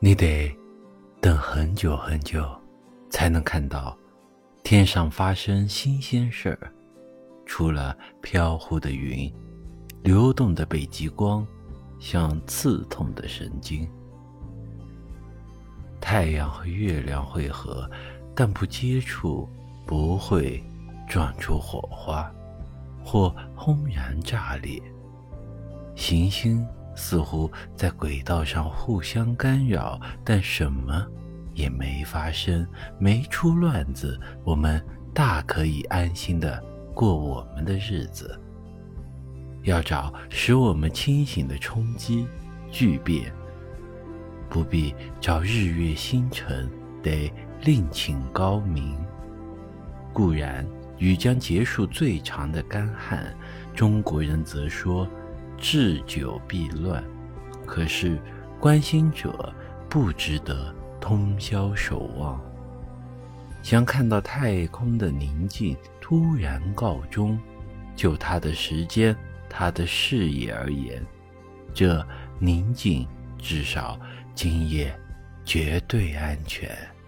你得等很久很久，才能看到天上发生新鲜事儿。除了飘忽的云，流动的北极光，像刺痛的神经。太阳和月亮汇合，但不接触，不会撞出火花，或轰然炸裂。行星似乎在轨道上互相干扰，但什么也没发生，没出乱子，我们大可以安心地过我们的日子。要找使我们清醒的冲击、巨变，不必找日月星辰，得另请高明。固然雨将结束最长的干旱，中国人则说治久必乱，可是关心者不值得通宵守望。想看到太空的宁静突然告终，就它的时间，它的视野而言，这宁静至少今夜绝对安全。